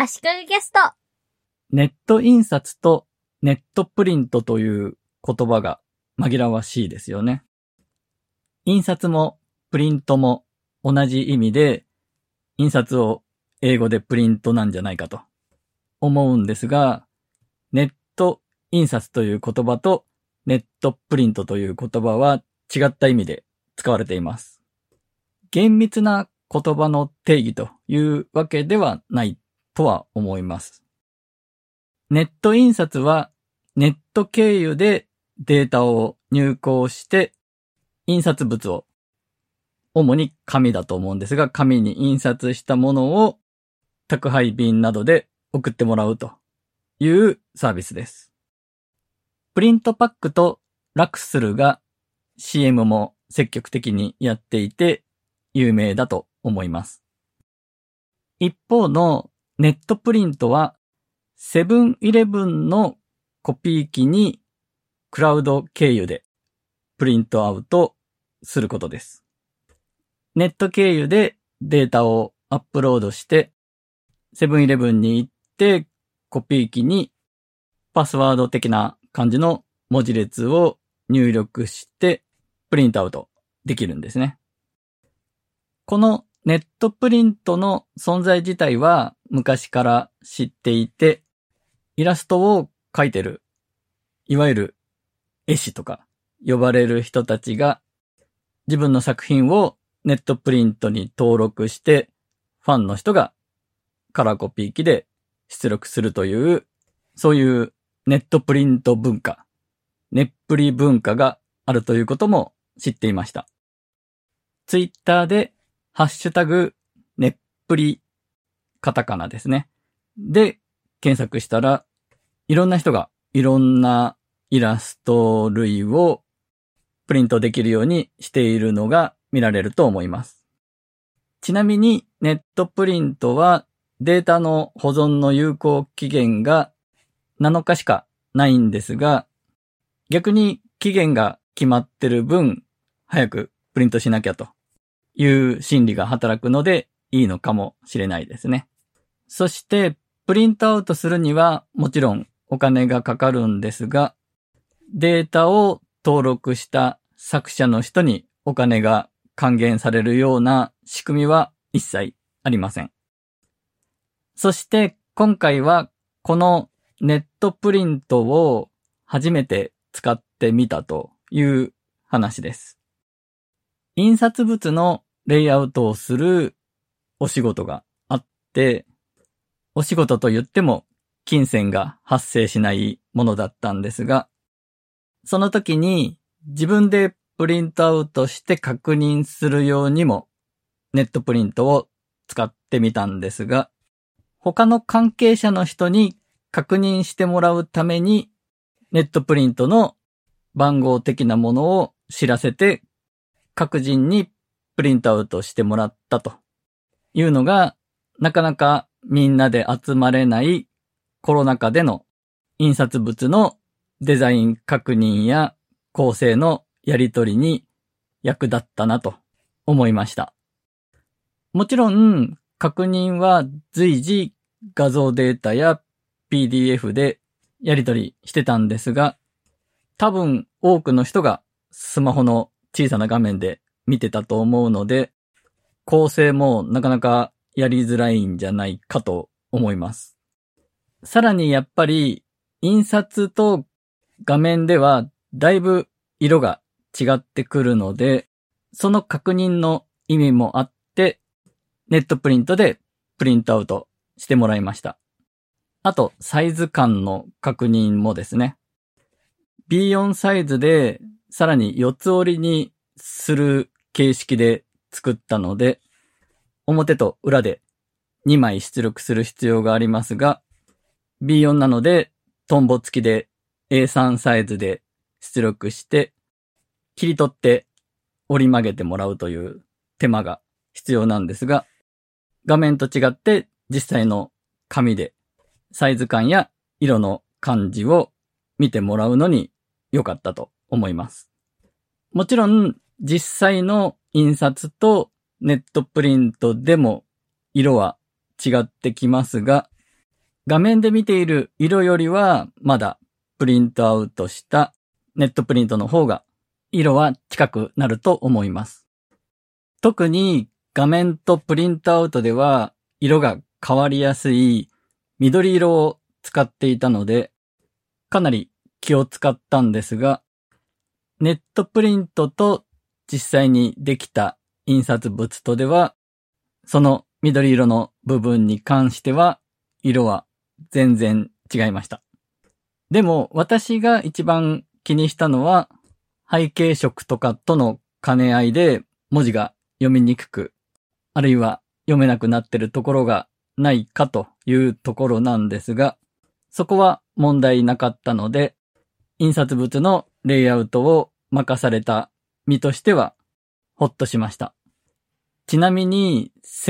足利ゲスト。 ネット印刷とネットプリントという言葉が紛らわしいですよね。印刷もプリントも同じ意味で、印刷を英語でプリントなんじゃないかと思うんですが、ネット印刷という言葉とネットプリントという言葉は違った意味で使われています。厳密な言葉の定義というわけではないとは思います。ネット印刷はネット経由でデータを入稿して印刷物を、主に紙だと思うんですが、紙に印刷したものを宅配便などで送ってもらうというサービスです。プリントパックとラクスルが CM も積極的にやっていて有名だと思います。一方のネットプリントはセブンイレブンのコピー機にクラウド経由でプリントアウトすることです。ネット経由でデータをアップロードしてセブンイレブンに行ってコピー機にパスワード的な感じの文字列を入力してプリントアウトできるんですね。このネットプリントの存在自体は昔から知っていて、イラストを描いてる、いわゆる絵師とか呼ばれる人たちが自分の作品をネットプリントに登録してファンの人がカラーコピー機で出力するという、そういうネットプリント文化、ネップリ文化があるということも知っていました。ツイッターでハッシュタグネップリ、カタカナですね。で検索したらいろんな人がいろんなイラスト類をプリントできるようにしているのが見られると思います。ちなみにネットプリントはデータの保存の有効期限が7日しかないんですが、逆に期限が決まってる分早くプリントしなきゃという心理が働くのでいいのかもしれないですね。そしてプリントアウトするにはもちろんお金がかかるんですが、データを登録した作者の人にお金が還元されるような仕組みは一切ありません。そして今回はこのネットプリントを初めて使ってみたという話です。印刷物のレイアウトをするお仕事があって、お仕事と言っても金銭が発生しないものだったんですが、その時に自分でプリントアウトして確認するようにもネットプリントを使ってみたんですが、他の関係者の人に確認してもらうためにネットプリントの番号的なものを知らせて各人にプリントアウトしてもらったというのが、なかなかみんなで集まれないコロナ禍での印刷物のデザイン確認や構成のやり取りに役立ったなと思いました。もちろん確認は随時画像データや PDF でやり取りしてたんですが、多分多くの人がスマホの小さな画面で見てたと思うので、構成もなかなかやりづらいんじゃないかと思います。さらにやっぱり印刷と画面ではだいぶ色が違ってくるので、その確認の意味もあって、ネットプリントでプリントアウトしてもらいました。あとサイズ感の確認もですね。B4 サイズでさらに4つ折りにする形式で作ったので、表と裏で2枚出力する必要がありますが、B4 なのでトンボ付きで A3 サイズで出力して切り取って折り曲げてもらうという手間が必要なんですが、画面と違って実際の紙でサイズ感や色の感じを見てもらうのに良かったと思います。もちろん実際の印刷とネットプリントでも色は違ってきますが、 画面で見ている色よりはまだプリントアウトしたネットプリントの方が色は近くなると思います。特に画面とプリントアウトでは色が変わりやすい緑色を使っていたのでかなり気を使ったんですが、ネットプリントと実際にできた印刷物とではその緑色の部分に関しては色は全然違いました。でも私が一番気にしたのは背景色とかとの兼ね合いで文字が読みにくく、あるいは読めなくなっているところがないかというところなんですが、そこは問題なかったので、印刷物のレイアウトを任された身としてはほっとしました。ちなみに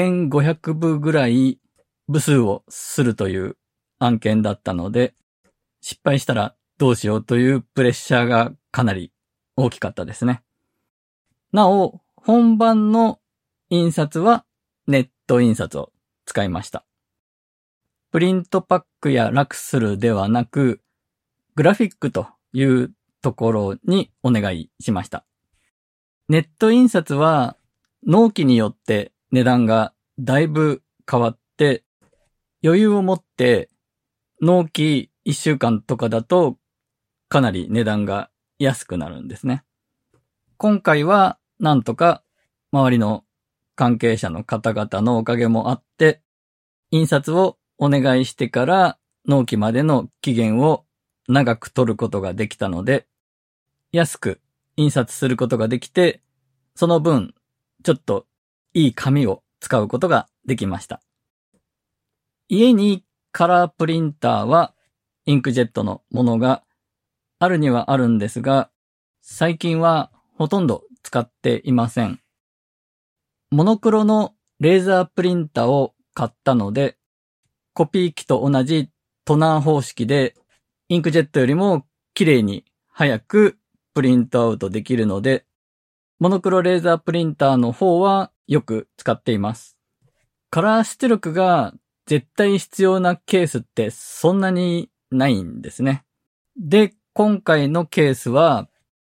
1500部ぐらい部数をするという案件だったので、失敗したらどうしようというプレッシャーがかなり大きかったですね。なお、本番の印刷はネット印刷を使いました。プリントパックやラクスルではなく、グラフィックというところにお願いしました。ネット印刷は納期によって値段がだいぶ変わって、余裕を持って納期1週間とかだとかなり値段が安くなるんですね。今回はなんとか周りの関係者の方々のおかげもあって、印刷をお願いしてから納期までの期限を長く取ることができたので、安く印刷することができて、その分ちょっといい紙を使うことができました。家にカラープリンターはインクジェットのものがあるにはあるんですが、最近はほとんど使っていません。モノクロのレーザープリンターを買ったので、コピー機と同じトナー方式でインクジェットよりも綺麗に早くプリントアウトできるので、モノクロレーザープリンターの方はよく使っています。カラー出力が絶対必要なケースってそんなにないんですね。で、今回のケースは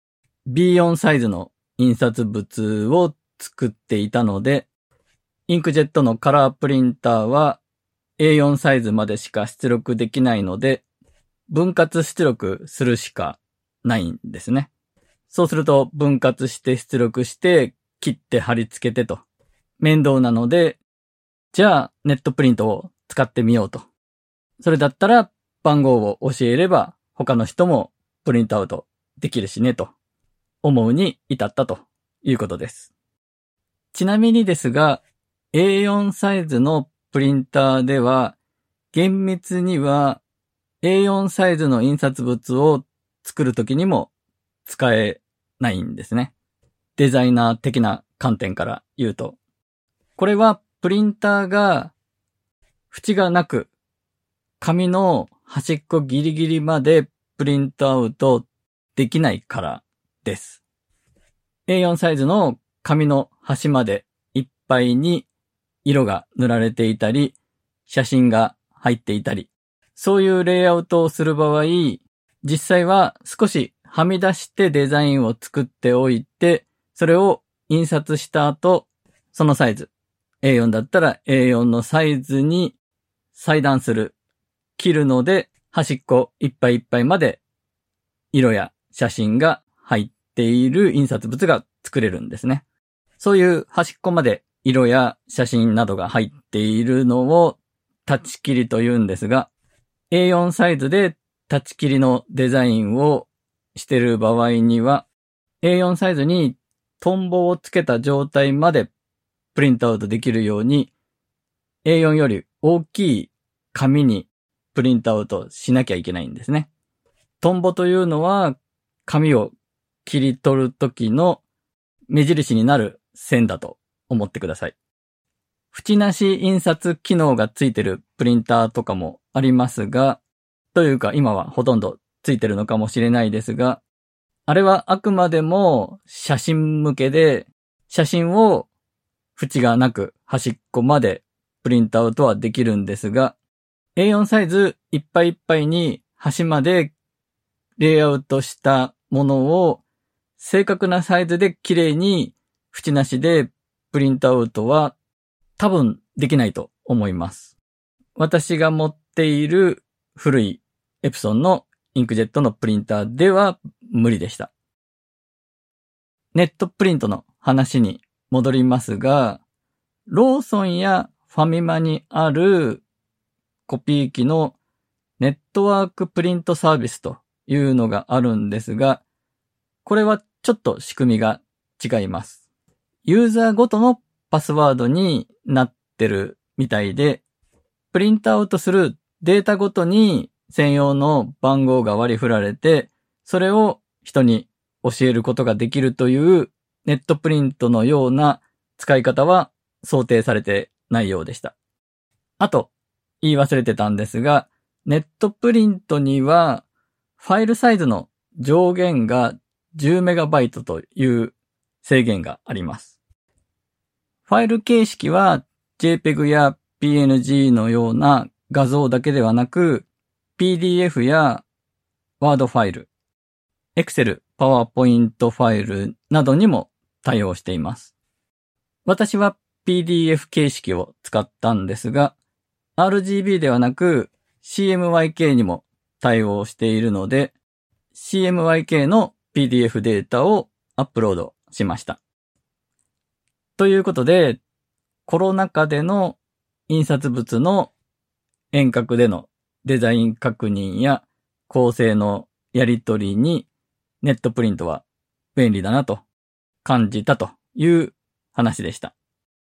B4 サイズの印刷物を作っていたので、インクジェットのカラープリンターは A4 サイズまでしか出力できないので、分割出力するしかないんですね。そうすると分割して出力して切って貼り付けてと面倒なので、じゃあネットプリントを使ってみようと。それだったら番号を教えれば他の人もプリントアウトできるしねと思うに至ったということです。ちなみにですが A4 サイズのプリンターでは厳密には A4 サイズの印刷物を作るときにも使えないんですね。デザイナー的な観点から言うと。これはプリンターが縁がなく紙の端っこギリギリまでプリントアウトできないからです。A4 サイズの紙の端までいっぱいに色が塗られていたり、写真が入っていたり、そういうレイアウトをする場合、実際は少しはみ出してデザインを作っておいて、それを印刷した後、そのサイズ、A4 だったら A4 のサイズに裁断する、切るので、端っこいっぱいいっぱいまで色や写真が入っている印刷物が作れるんですね。そういう端っこまで色や写真などが入っているのをタッチ切りと言うんですが、A4 サイズでタッチ切りのデザインをしている場合には、A4 サイズにトンボをつけた状態までプリントアウトできるように、A4 より大きい紙にプリントアウトしなきゃいけないんですね。トンボというのは紙を切り取る時の目印になる線だと思ってください。縁なし印刷機能がついてるプリンターとかもありますが、というか今はほとんどついてるのかもしれないですが、あれはあくまでも写真向けで、写真を縁がなく端っこまでプリントアウトはできるんですが、 A4 サイズいっぱいいっぱいに端までレイアウトしたものを正確なサイズで綺麗に縁なしでプリントアウトは多分できないと思います。私が持っている古いエプソンのインクジェットのプリンターでは無理でした。ネットプリントの話に戻りますが、ローソンやファミマにあるコピー機のネットワークプリントサービスというのがあるんですが、これはちょっと仕組みが違います。ユーザーごとのパスワードになってるみたいで、プリントアウトするデータごとに専用の番号が割り振られて、それを人に教えることができるというネットプリントのような使い方は想定されてないようでした。あと、言い忘れてたんですが、ネットプリントにはファイルサイズの上限が10メガバイトという制限があります。ファイル形式は JPEG や PNG のような画像だけではなく PDF や Word ファイル、Excel、PowerPoint ファイルなどにも対応しています。私は PDF 形式を使ったんですが、RGB ではなく CMYK にも対応しているので、CMYK の PDF データをアップロードしました。ということで、コロナ禍での印刷物の遠隔でのデザイン確認や構成のやり取りにネットプリントは便利だなと感じたという話でした。